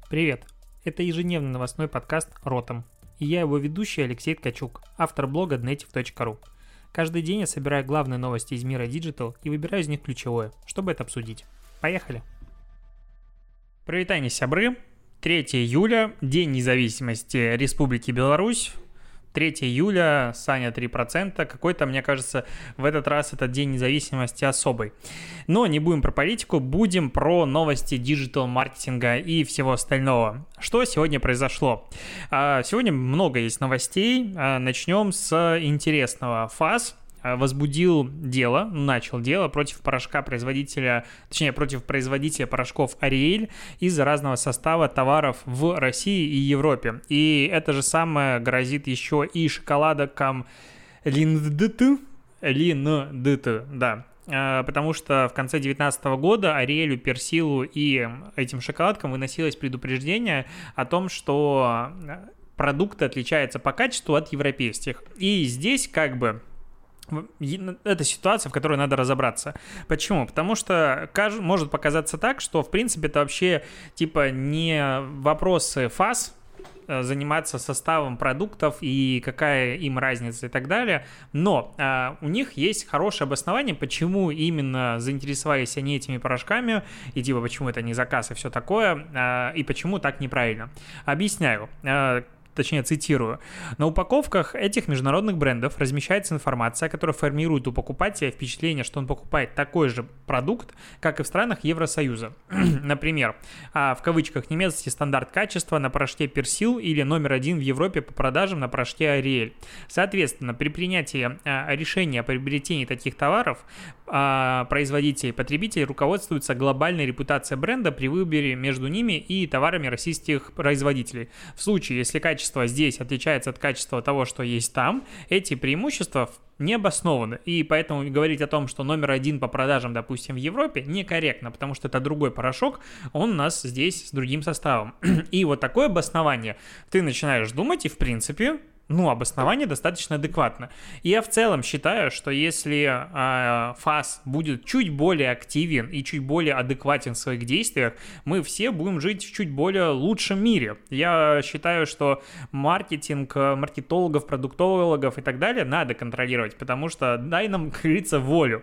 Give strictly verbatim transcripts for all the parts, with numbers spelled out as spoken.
Привет! Это ежедневный новостной подкаст «Ротом». И я его ведущий Алексей Ткачук, автор блога днетив точка ру. Каждый день я собираю главные новости из мира Digital и выбираю из них ключевое, чтобы это обсудить. Поехали! Привет, сябры! третьего июля, День независимости Республики Беларусь. третьего июля, Саня, три процента. Какой-то, мне кажется, в этот раз этот День независимости особый. Но не будем про политику, будем про новости диджитал-маркетинга и всего остального. Что сегодня произошло? Сегодня много есть новостей. Начнем с интересного. ФАС возбудил дело, начал дело против порошка производителя, точнее, против производителя порошков Ариэль из-за разного состава товаров в России и Европе. И это же самое грозит еще и шоколадкам Линдт, Линдт, да. Потому что в конце две тысячи девятнадцатого года Ариэлю, Персилу и этим шоколадкам выносилось предупреждение о том, что продукты отличаются по качеству от европейских. И здесь как бы это ситуация, в которой надо разобраться. Почему? Потому что может показаться так, что в принципе это вообще типа не вопросы ФАС, заниматься составом продуктов и какая им разница и так далее, но а, у них есть хорошее обоснование, почему именно заинтересовались они этими порошками, и типа почему это не заказ и все такое, а, и почему так неправильно. Объясняю. А, Точнее, цитирую. На упаковках этих международных брендов размещается информация, которая формирует у покупателя впечатление, что он покупает такой же продукт, как и в странах Евросоюза. Например, в кавычках немецкий стандарт качества на порошке Персил или номер один в Европе по продажам на порошке Ариэль. Соответственно, при принятии решения о приобретении таких товаров производители и потребители руководствуются глобальной репутацией бренда при выборе между ними и товарами российских производителей. В случае, если качество здесь отличается от качества того, что есть там, эти преимущества не обоснованы. И поэтому говорить о том, что номер один по продажам, допустим, в Европе, некорректно, потому что это другой порошок, он у нас здесь с другим составом. И вот такое обоснование ты начинаешь думать, и в принципе... Ну, обоснование достаточно адекватно. И я в целом считаю, что если э, ФАС будет чуть более активен и чуть более адекватен в своих действиях, мы все будем жить в чуть более лучшем мире. Я считаю, что маркетинг, маркетологов, продуктологов и так далее надо контролировать, потому что дай нам, как говорится, волю.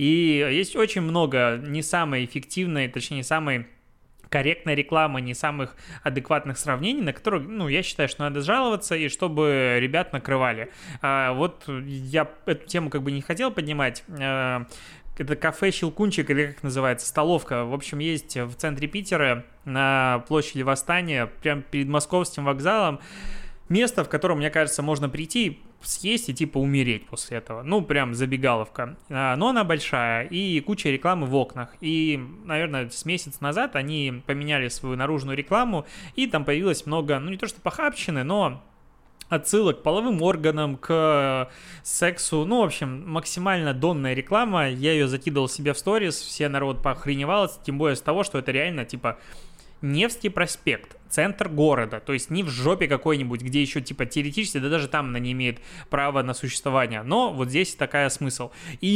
И есть очень много не самой эффективной, точнее, не самой корректная реклама, не самых адекватных сравнений, на которые, ну, я считаю, что надо жаловаться, и чтобы ребят накрывали. А, вот я эту тему как бы не хотел поднимать. А, это кафе «Щелкунчик», или как называется, столовка. В общем, есть в центре Питера на площади Восстания, прямо перед Московским вокзалом, место, в котором, мне кажется, можно прийти, съесть и типа умереть после этого. Ну, прям забегаловка. Но она большая и куча рекламы в окнах. И, наверное, с месяц назад они поменяли свою наружную рекламу, и там появилось много, ну, не то что похабщины, но отсылок к половым органам, к сексу. Ну, в общем, максимально донная реклама. Я ее закидывал себе в сторис, все народ поохреневал, тем более с того, что это реально типа Невский проспект, центр города, то есть не в жопе какой-нибудь, где еще типа теоретически, да даже там она не имеет права на существование, но вот здесь такая смысл.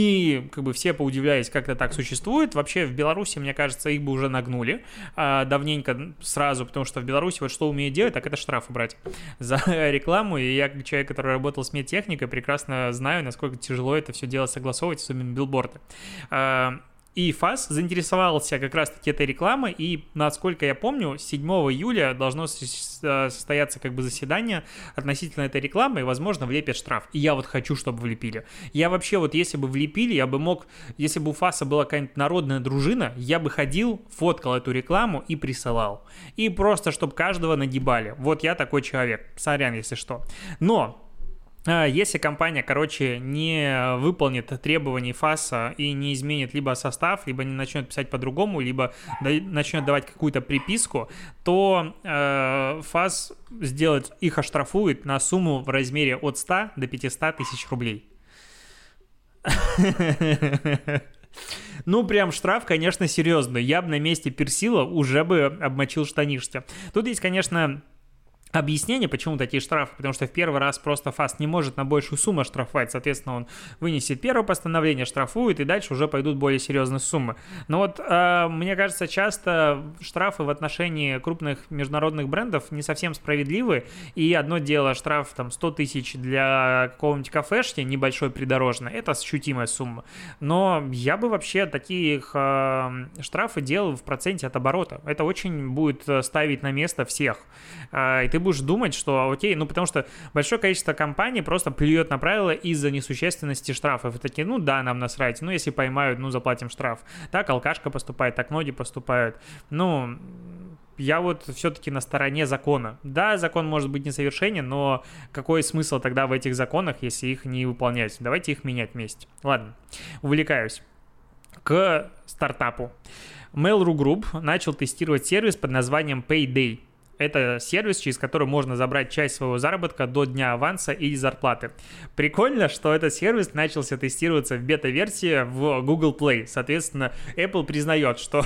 И как бы все поудивлялись, как это так существует. Вообще в Беларуси, мне кажется, их бы уже нагнули а, давненько сразу, потому что в Беларуси вот что умеют делать, так это штрафы брать за рекламу, и я как человек, который работал с медтехникой, прекрасно знаю, насколько тяжело это все дело согласовывать, особенно билборды. А, И ФАС заинтересовался как раз-таки этой рекламой, и, насколько я помню, седьмого июля должно состояться как бы заседание относительно этой рекламы, и, возможно, влепят штраф. И я вот хочу, чтобы влепили. Я вообще вот, если бы влепили, я бы мог, если бы у ФАСа была какая-нибудь народная дружина, я бы ходил, фоткал эту рекламу и присылал. И просто, чтобы каждого нагибали. Вот я такой человек. Сорян, если что. Но... Если компания, короче, не выполнит требований ФАСа и не изменит либо состав, либо не начнет писать по-другому, либо начнет давать какую-то приписку, то э, ФАС сделает, их оштрафует на сумму в размере от ста до пятисот тысяч рублей. Ну, прям штраф, конечно, серьезный. Я бы на месте Персила уже бы обмочил штанишки. Тут есть, конечно... Объяснение, почему такие штрафы, потому что в первый раз просто ФАС не может на большую сумму штрафовать, соответственно, он вынесет первое постановление, штрафует, и дальше уже пойдут более серьезные суммы. Но вот, э, мне кажется, часто штрафы в отношении крупных международных брендов не совсем справедливы, и одно дело штраф там сто тысяч для какого-нибудь кафешки, небольшой придорожный, это ощутимая сумма, но я бы вообще таких э, штрафы делал в проценте от оборота, это очень будет ставить на место всех, э, и ты будешь думать, что окей, ну потому что большое количество компаний просто плюет на правила из-за несущественности штрафов. И такие, ну да, нам насрать, ну если поймают, ну заплатим штраф. Так алкашка поступает, так многие поступают. Ну, я вот все-таки на стороне закона. Да, закон может быть несовершенен, но какой смысл тогда в этих законах, если их не выполнять? Давайте их менять вместе. Ладно, увлекаюсь. К стартапу. Mail.ru Group начал тестировать сервис под названием Payday. Это сервис, через который можно забрать часть своего заработка до дня аванса или зарплаты. Прикольно, что этот сервис начался тестироваться в бета-версии в Google Play. Соответственно, Apple признает, что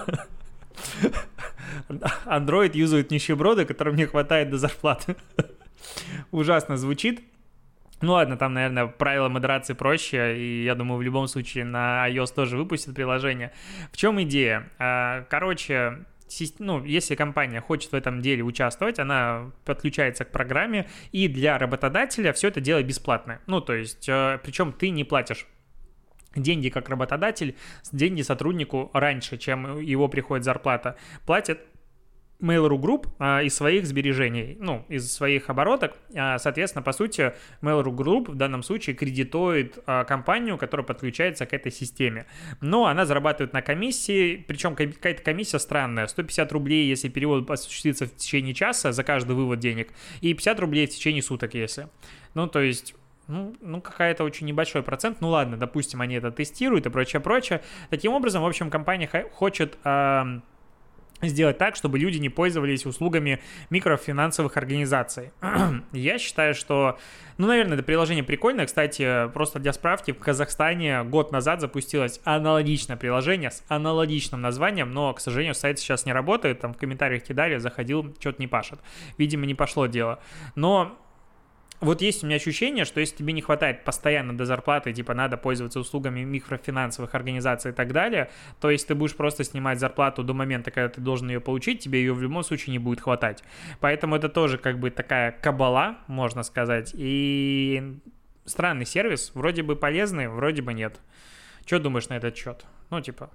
Android юзают нищеброды, которым не хватает до зарплаты. Ужасно звучит. Ну ладно, там, наверное, правила модерации проще, и я думаю, в любом случае на iOS тоже выпустят приложение. В чем идея? Короче... Ну, если компания хочет в этом деле участвовать, она подключается к программе, и для работодателя все это дело бесплатное. Ну, то есть, э, причем ты не платишь деньги как работодатель, деньги сотруднику раньше, чем его приходит зарплата, платит Mail.ru Group а, из своих сбережений, ну, из своих обороток. А, соответственно, по сути, Mail.ru Group в данном случае кредитует а, компанию, которая подключается к этой системе. Но она зарабатывает на комиссии, причем какая-то комиссия странная. сто пятьдесят рублей, если перевод осуществится в течение часа за каждый вывод денег, и пятьдесят рублей в течение суток, если. Ну, то есть... Ну, ну, какая-то очень небольшой процент. Ну, ладно, допустим, они это тестируют и прочее, прочее. Таким образом, в общем, компания х- хочет... А, сделать так, чтобы люди не пользовались услугами микрофинансовых организаций. Я считаю, что, ну, наверное, это приложение прикольное. Кстати, просто для справки, в Казахстане год назад запустилось аналогичное приложение с аналогичным названием, но, к сожалению, сайт сейчас не работает. Там в комментариях кидали, заходил, что-то не пашет. Видимо, не пошло дело. Но... Вот есть у меня ощущение, что если тебе не хватает постоянно до зарплаты, типа надо пользоваться услугами микрофинансовых организаций и так далее, то есть ты будешь просто снимать зарплату до момента, когда ты должен ее получить, тебе ее в любом случае не будет хватать. Поэтому это тоже как бы такая кабала, можно сказать, и странный сервис, вроде бы полезный, вроде бы нет. Что думаешь на этот счет? Ну, типа...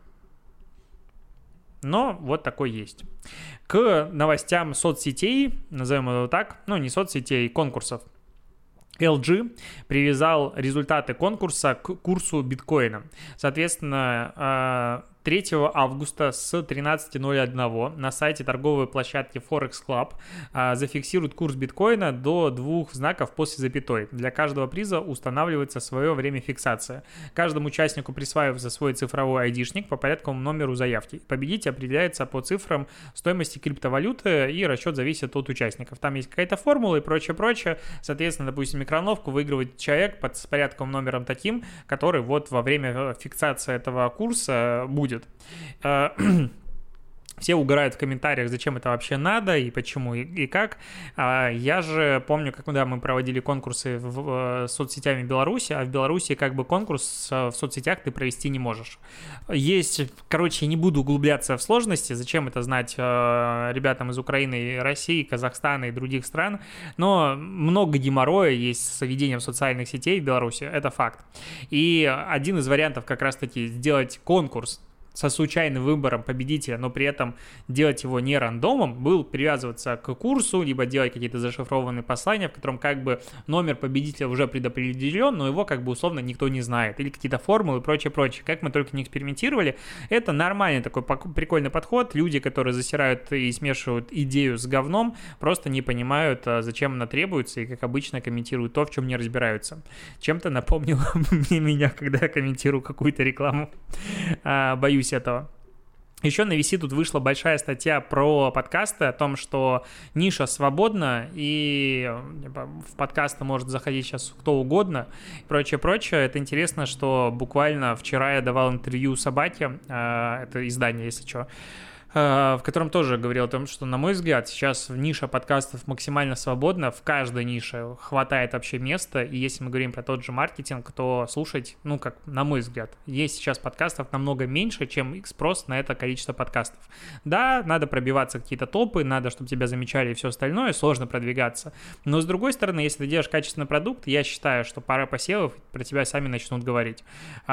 Но вот такой есть. К новостям соцсетей, назовем его так, ну не соцсетей, конкурсов. эл джи привязал результаты конкурса к курсу биткоина. Соответственно, третьего августа с тринадцати ноль один на сайте торговой площадки Forex Club а, зафиксируют курс биткоина до двух знаков после запятой. Для каждого приза устанавливается свое время фиксации. Каждому участнику присваивается свой цифровой айдишник по порядковому номеру заявки. Победитель определяется по цифрам стоимости криптовалюты, и расчет зависит от участников. Там есть какая-то формула и прочее, прочее. Соответственно, допустим, микроволновку выигрывает человек под с порядковым номером таким, который вот во время фиксации этого курса будет. Все угорают в комментариях, зачем это вообще надо и почему и, и как. Я же помню, когда мы проводили конкурсы в, в соцсетями Беларуси, а в Беларуси как бы конкурс в соцсетях ты провести не можешь. Есть, короче, не буду углубляться в сложности, зачем это знать ребятам из Украины, России, Казахстана и других стран, но много геморроя есть с ведением социальных сетей в Беларуси, это факт. И один из вариантов как раз-таки сделать конкурс со случайным выбором победителя, но при этом делать его не рандомом, был привязываться к курсу, либо делать какие-то зашифрованные послания, в котором как бы номер победителя уже предопределен, но его как бы условно никто не знает, или какие-то формулы и прочее, прочее. Как мы только не экспериментировали, это нормальный такой прикольный подход. Люди, которые засирают и смешивают идею с говном, просто не понимают, зачем она требуется, и, как обычно, комментируют то, в чем не разбираются. Чем-то напомнило мне меня, когда я комментирую какую-то рекламу. Боюсь этого. Еще на ви си тут вышла большая статья про подкасты, о том, что ниша свободна, и в подкасты может заходить сейчас кто угодно, и прочее, прочее. Это интересно, что буквально вчера я давал интервью Собаке, это издание, если что, в котором тоже говорил о том, что, на мой взгляд, сейчас ниша подкастов максимально свободна, в каждой нише хватает вообще места, и если мы говорим про тот же маркетинг, то слушать, ну, как, на мой взгляд, есть сейчас подкастов намного меньше, чем их спрос на это количество подкастов. Да, надо пробиваться в какие-то топы, надо, чтобы тебя замечали и все остальное, сложно продвигаться, но, с другой стороны, если ты делаешь качественный продукт, я считаю, что пара посевов про тебя сами начнут говорить.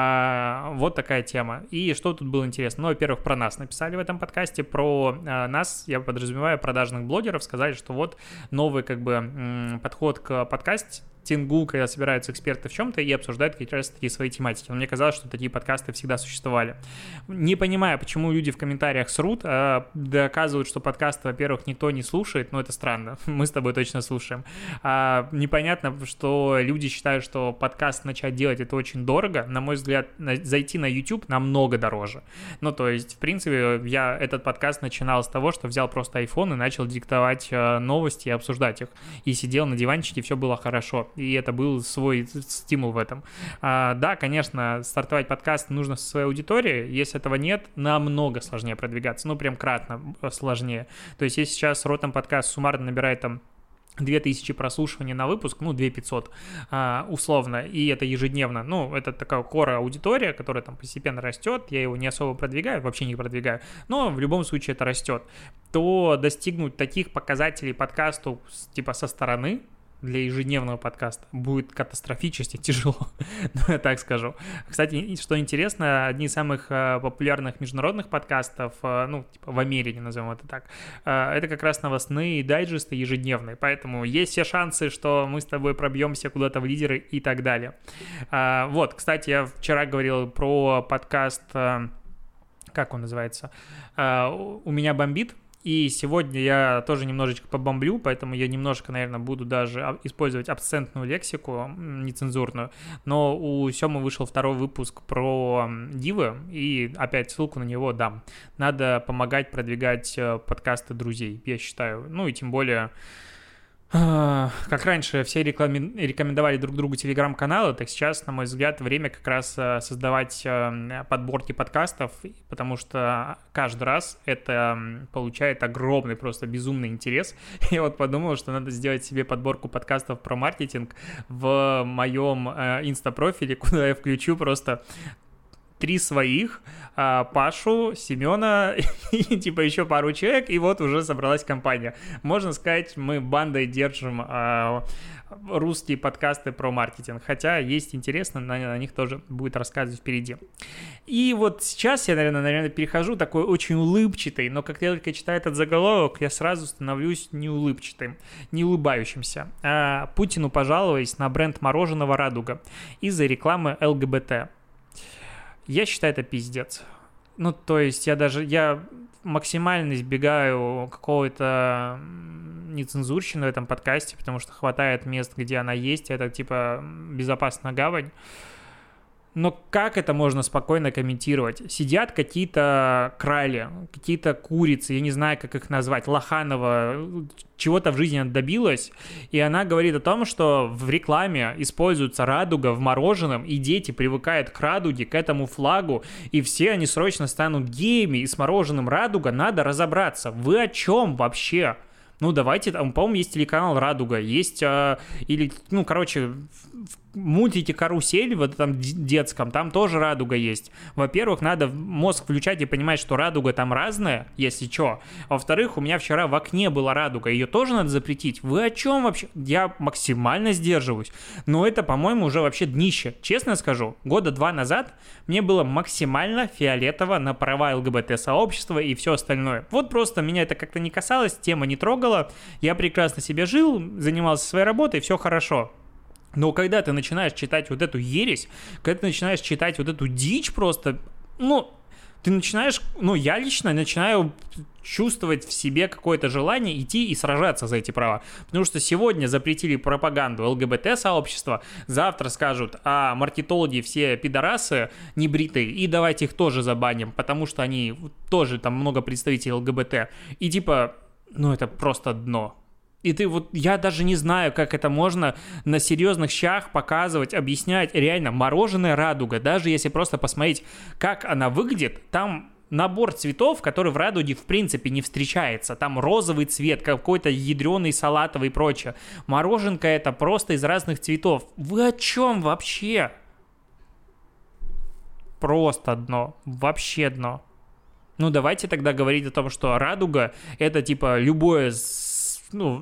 А, вот такая тема. И что тут было интересно? Ну, во-первых, про нас написали в этом подкасте, про э, нас, я подразумеваю, продажных блогеров, сказали, что вот новый как бы м- подход к подкастингу, когда собираются эксперты в чем-то и обсуждают как раз такие свои тематики. Но мне казалось, что такие подкасты всегда существовали. Не понимаю, почему люди в комментариях срут, а доказывают, что подкасты, во-первых, никто не слушает, но это странно, мы с тобой точно слушаем. А, непонятно, что люди считают, что подкаст начать делать это очень дорого. На мой взгляд, на, зайти на YouTube намного дороже. Ну, то есть, в принципе, я этот подкаст начинал с того, что взял просто iPhone и начал диктовать э, новости и обсуждать их. И сидел на диванчике, все было хорошо. И это был свой стимул в этом. А, да, конечно, стартовать подкаст нужно со своей аудиторией. Если этого нет, намного сложнее продвигаться. Ну, прям кратно сложнее. То есть, если сейчас Ротом подкаст суммарно набирает там две тысячи прослушиваний на выпуск, ну, две тысячи пятьсот а, условно, и это ежедневно, ну, это такая кора-аудитория, которая там постепенно растет, я его не особо продвигаю, вообще не продвигаю, но в любом случае это растет, то достигнуть таких показателей подкасту типа со стороны для ежедневного подкаста будет катастрофически тяжело, ну, я так скажу. Кстати, что интересно, одни из самых uh, популярных международных подкастов, uh, ну, типа в Америке, назовем это так, uh, это как раз новостные дайджесты ежедневные, поэтому есть все шансы, что мы с тобой пробьемся куда-то в лидеры и так далее. Uh, вот, кстати, я вчера говорил про подкаст, uh, как он называется, uh, «У меня бомбит». И сегодня я тоже немножечко побомблю, поэтому я немножко, наверное, буду даже использовать абсцентную лексику, нецензурную. Но у Семы вышел второй выпуск про дивы, и опять ссылку на него дам. Надо помогать продвигать подкасты друзей, я считаю. Ну и тем более... Как раньше все реклами... рекомендовали друг другу телеграм-каналы, так сейчас, на мой взгляд, время как раз создавать подборки подкастов, потому что каждый раз это получает огромный, просто безумный интерес. Я вот подумал, что надо сделать себе подборку подкастов про маркетинг в моем инста-профиле, куда я включу просто три своих, Пашу, Семена и типа еще пару человек, и вот уже собралась компания. Можно сказать, мы бандой держим а, русские подкасты про маркетинг, хотя есть интересно, на, на них тоже будет рассказывать впереди. И вот сейчас я, наверное, наверное, перехожу такой очень улыбчатый, но как я только читаю этот заголовок, я сразу становлюсь неулыбчатым, не улыбающимся. А, Путину пожаловались на бренд мороженого «Радуга» из-за рекламы эл гэ бэ тэ. Я считаю, это пиздец. Ну, то есть я даже, я максимально избегаю какого-то нецензурщины в этом подкасте, потому что хватает мест, где она есть, это типа безопасная гавань. Но как это можно спокойно комментировать? Сидят какие-то крали, какие-то курицы, я не знаю, как их назвать, Лоханова, чего-то в жизни она добилась, и она говорит о том, что в рекламе используется радуга в мороженом, и дети привыкают к радуге, к этому флагу, и все они срочно станут геями, и с мороженым радуга надо разобраться. Вы о чем вообще? Ну, давайте, там, по-моему, есть телеканал «Радуга», есть, а, или, ну, короче, в мультике «Карусель», в этом детском, там тоже «Радуга» есть. Во-первых, надо мозг включать и понимать, что радуга там разная, если что. Во-вторых, у меня вчера в окне была радуга, ее тоже надо запретить. Вы о чем вообще? Я максимально сдерживаюсь. Но это, по-моему, уже вообще днище. Честно скажу, года два назад мне было максимально фиолетово на права эл гэ бэ тэ-сообщества и все остальное. Вот просто меня это как-то не касалось, тема не трогала, я прекрасно себе жил, занимался своей работой, все хорошо. Но когда ты начинаешь читать вот эту ересь, когда ты начинаешь читать вот эту дичь просто, ну, ты начинаешь, ну, я лично начинаю чувствовать в себе какое-то желание идти и сражаться за эти права. Потому что сегодня запретили пропаганду эл гэ бэ тэ-сообщества, завтра скажут, а маркетологи все пидорасы небритые, и давайте их тоже забаним, потому что они тоже, там много представителей эл гэ бэ тэ. И типа, ну, это просто дно. И ты вот, я даже не знаю, как это можно на серьезных щах показывать, объяснять. Реально, мороженое «Радуга», даже если просто посмотреть, как она выглядит, там набор цветов, который в радуге в принципе не встречается. Там розовый цвет, какой-то ядреный, салатовый и прочее. Мороженка это просто из разных цветов. Вы о чем вообще? Просто дно. Вообще дно. Ну, давайте тогда говорить о том, что радуга — это, типа, любое, ну,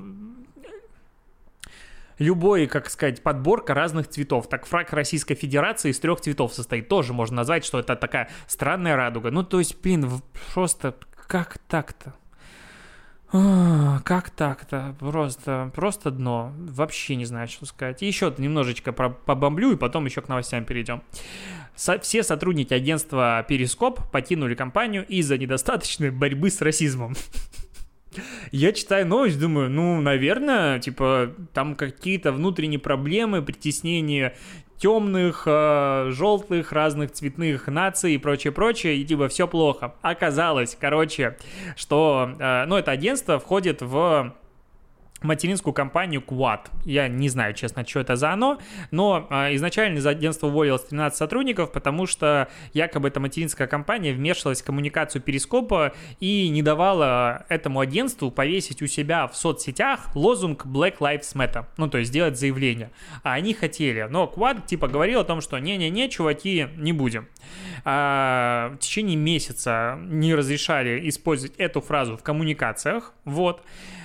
любой, как сказать, подборка разных цветов. Так флаг Российской Федерации из трех цветов состоит. Тоже можно назвать, что это такая странная радуга. Ну, то есть, блин, просто как так-то? А, как так-то? Просто, просто дно. Вообще не знаю, что сказать. И еще немножечко побомблю, и потом еще к новостям перейдем. Со- все сотрудники агентства Перископ покинули компанию из-за недостаточной борьбы с расизмом. Я читаю новость, думаю, ну, наверное, типа, там какие-то внутренние проблемы, притеснение темных, э, желтых, разных цветных наций и прочее-прочее, и типа все плохо. Оказалось, короче, что, э, ну, это агентство входит в материнскую компанию Quad. Я не знаю, честно, что это за оно, но э, изначально из агентства уволилось тринадцать сотрудников, потому что якобы эта материнская компания вмешивалась в коммуникацию Перископа и не давала этому агентству повесить у себя в соцсетях лозунг Black Lives Matter, ну, то есть сделать заявление. А они хотели, но Quad типа говорил о том, что не-не-не, чуваки, не будем. А, в течение месяца не разрешали использовать эту фразу в коммуникациях, вот.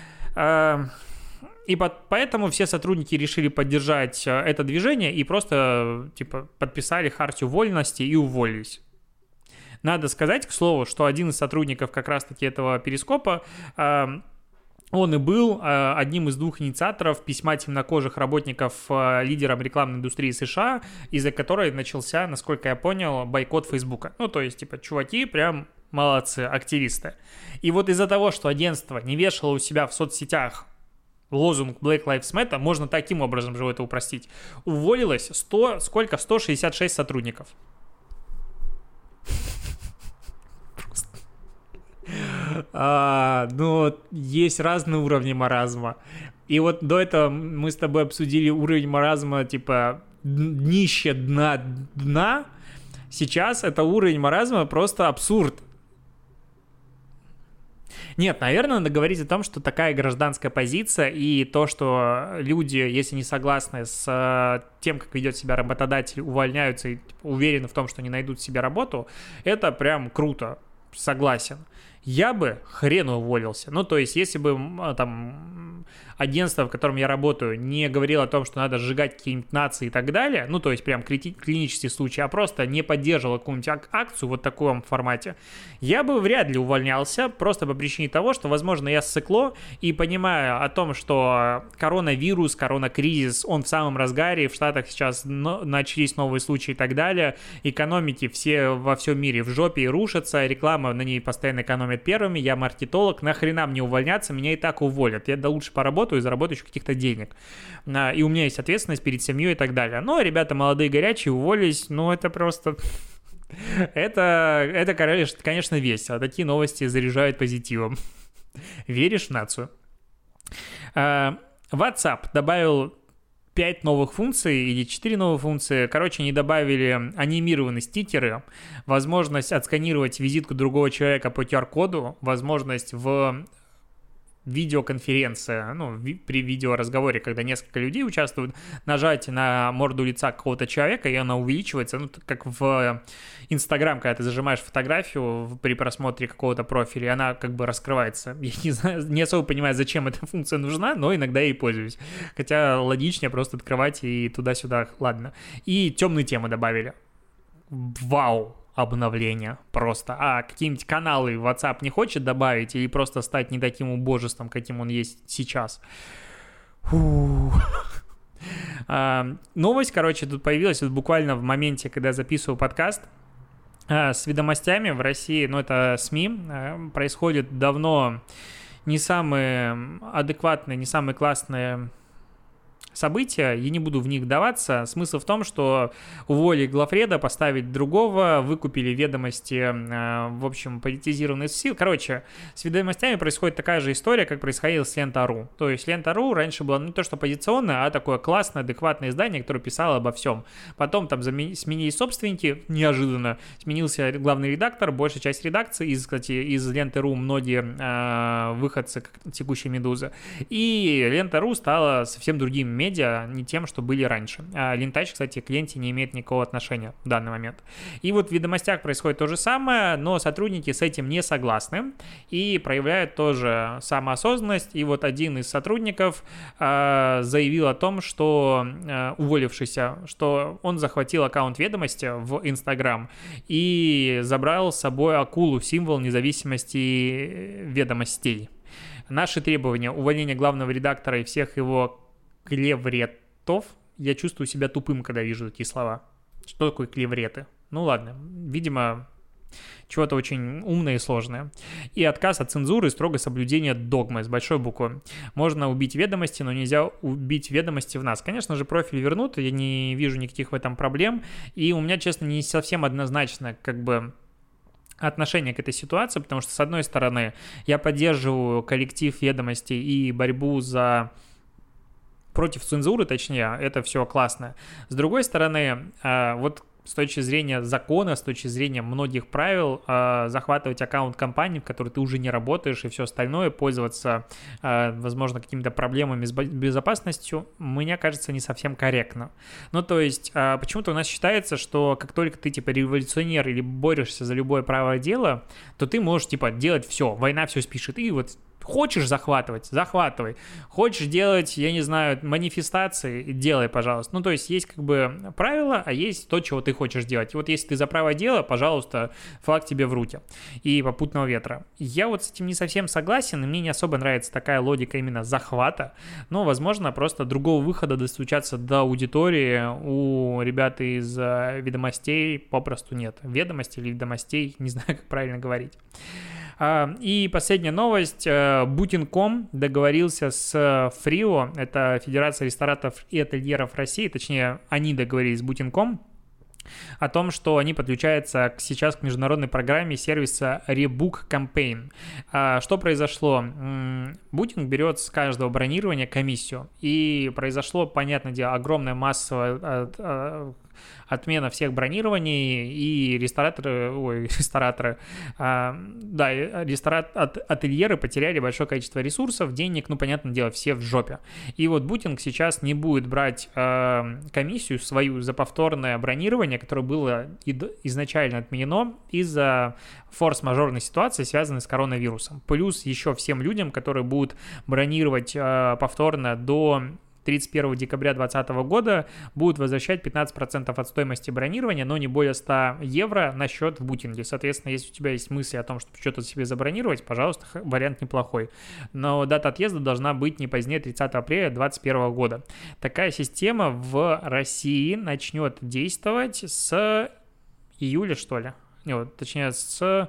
И под, поэтому все сотрудники решили поддержать это движение и просто типа подписали хартию вольности и уволились. Надо сказать, к слову, что один из сотрудников как раз-таки этого Перископа, он и был одним из двух инициаторов письма темнокожих работников лидерам рекламной индустрии США, из-за которой начался, насколько я понял, бойкот Фейсбука. Ну, то есть, типа, чуваки прям молодцы, активисты. И вот из-за того, что агентство не вешало у себя в соцсетях лозунг Black Lives Matter, можно таким образом же это упростить, уволилось сто, сколько? сто шестьдесят шесть сотрудников. Просто. А, ну, есть разные уровни маразма. И вот до этого мы с тобой обсудили уровень маразма, типа, днище дна дна. Сейчас это уровень маразма просто абсурд. Нет, наверное, надо говорить о том, что такая гражданская позиция и то, что люди, если не согласны с тем, как ведет себя работодатель, увольняются и уверены в том, что не найдут себе работу, это прям круто, согласен. Я бы хрен уволился. Ну, то есть, если бы там агентство, в котором я работаю, не говорило о том, что надо сжигать какие-нибудь нации и так далее, ну, то есть, прям клинический случай, а просто не поддерживало какую-нибудь ак- акцию вот в таком формате, я бы вряд ли увольнялся, просто по причине того, что, возможно, я ссыкло, и понимая о том, что коронавирус, коронакризис, он в самом разгаре, в Штатах сейчас но- начались новые случаи и так далее, экономики все во всем мире в жопе и рушатся, реклама на ней постоянно экономит первыми, я маркетолог, нахрена мне увольняться, меня и так уволят, я да лучше поработаю и заработаю еще каких-то денег, и у меня есть ответственность перед семьей и так далее. Но ребята молодые, горячие, уволились, ну это просто... это, это, конечно, весело, такие новости заряжают позитивом. Веришь в нацию? WhatsApp добавил пять новых функций или четыре новых функции. Короче, они добавили анимированные стикеры, возможность отсканировать визитку другого человека по ку ар-коду, возможность в видеоконференции, ну, ви- при видеоразговоре, когда несколько людей участвуют, нажать на морду лица какого-то человека, и она увеличивается, ну, как в Инстаграм, когда ты зажимаешь фотографию при просмотре какого-то профиля, и она как бы раскрывается. Я не знаю, не особо понимаю, зачем эта функция нужна, но иногда я ей пользуюсь. Хотя логичнее просто открывать и туда-сюда, ладно. И темные темы добавили. Вау! Обновление просто. А какие-нибудь каналы WhatsApp не хочет добавить или просто стать не таким убожеством, каким он есть сейчас? А, новость, короче, тут появилась вот буквально в моменте, когда я записывал подкаст. А, с ведомостями в России, ну это СМИ, а, происходит давно не самые адекватные, не самые классные события, я не буду в них вдаваться. Смысл в том, что уволили главреда, поставить другого, выкупили ведомости, э, в общем, политизированные силы. Короче, с ведомостями происходит такая же история, как происходила с Лента.ру. То есть Лента.ру раньше была не то что оппозиционное, а такое классное, адекватное издание, которое писало обо всем. Потом там замен... сменились собственники, неожиданно. Сменился главный редактор, большая часть редакции, из, кстати, из Ленты.ру многие э, выходцы, как текущая Медуза. И Лента.ру стала совсем другим медиа, не тем, что были раньше. А Лентач, кстати, к ленте не имеет никакого отношения в данный момент. И вот в ведомостях происходит то же самое, но сотрудники с этим не согласны и проявляют тоже самоосознанность. И вот один из сотрудников э, заявил о том, что э, уволившийся, что он захватил аккаунт ведомости в Инстаграм и забрал с собой акулу, символ независимости ведомостей. Наши требования: увольнение главного редактора и всех его клевретов. Я чувствую себя тупым, когда вижу такие слова. Что такое клевреты? Ну ладно, видимо, чего-то очень умное и сложное. И отказ от цензуры и строгое соблюдение догмы с большой буквы. Можно убить ведомости, но нельзя убить ведомости в нас. Конечно же, профиль вернут, я не вижу никаких в этом проблем. И у меня, честно, не совсем однозначно, как бы, отношение к этой ситуации, потому что, с одной стороны, я поддерживаю коллектив ведомостей и борьбу за... против цензуры, точнее, это все классно. С другой стороны, вот с точки зрения закона, с точки зрения многих правил, захватывать аккаунт компании, в которой ты уже не работаешь, и все остальное, пользоваться, возможно, какими-то проблемами с безопасностью, мне кажется, не совсем корректно. Ну, то есть, почему-то у нас считается, что как только ты, типа, революционер или борешься за любое правое дело, то ты можешь, типа, делать все, война все спишет, и вот хочешь захватывать, захватывай. Хочешь делать, я не знаю, манифестации, делай, пожалуйста. Ну, то есть, есть как бы правила, а есть то, чего ты хочешь делать. И вот если ты за правое дело, пожалуйста, флаг тебе в руки. И попутного ветра. Я вот с этим не совсем согласен, и мне не особо нравится такая логика именно захвата. Но, возможно, просто другого выхода достучаться до аудитории у ребят из ведомостей попросту нет. Ведомости или ведомостей, не знаю, как правильно говорить. И последняя новость. Booking точка ком договорился с Фрио, это Федерация рестораторов и ательеров России, точнее, они договорились с Booking точка ком о том, что они подключаются к, сейчас к международной программе сервиса Rebook Campaign. Что произошло? Booking берет с каждого бронирования комиссию, и произошло, понятное дело, огромная массовая отмена всех бронирований, и рестораторы, ой, рестораторы, а, да, ресторат, от, ательеры потеряли большое количество ресурсов, денег, ну, понятное дело, все в жопе. И вот Booking сейчас не будет брать а, комиссию свою за повторное бронирование, которое было изначально отменено из-за форс-мажорной ситуации, связанной с коронавирусом. Плюс еще всем людям, которые будут бронировать а, повторно до тридцать первого декабря две тысячи двадцатого года, будут возвращать пятнадцать процентов от стоимости бронирования, но не более ста евро на счет в бутинге. Соответственно, если у тебя есть мысли о том, чтобы что-то себе забронировать, пожалуйста, вариант неплохой. Но дата отъезда должна быть не позднее тридцатого апреля две тысячи двадцать первого года. Такая система в России начнет действовать с июля, что ли? Не, вот, точнее, с...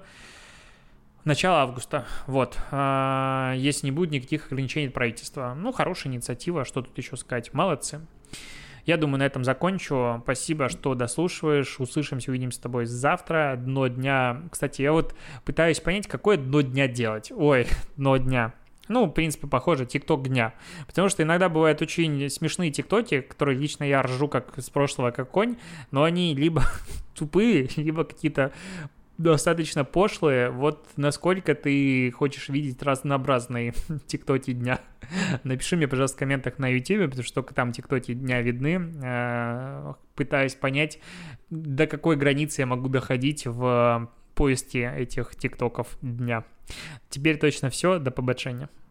начало августа, вот, если не будет никаких ограничений от правительства. Ну, хорошая инициатива, что тут еще сказать, молодцы. Я думаю, на этом закончу. Спасибо, что дослушиваешь. Услышимся, увидимся с тобой завтра. Дно дня. Кстати, я вот пытаюсь понять, какое дно дня делать. Ой, дно дня. Ну, в принципе, похоже, тикток дня. Потому что иногда бывают очень смешные тиктоки, которые лично я ржу как с прошлого, как конь, но они либо тупые, либо какие-то достаточно пошлые. Вот насколько ты хочешь видеть разнообразные тиктоки дня? Напиши мне, пожалуйста, в комментах на YouTube, потому что только там тиктоки дня видны. Пытаюсь понять, до какой границы я могу доходить в поиске этих тиктоков дня. Теперь точно все. До побачення.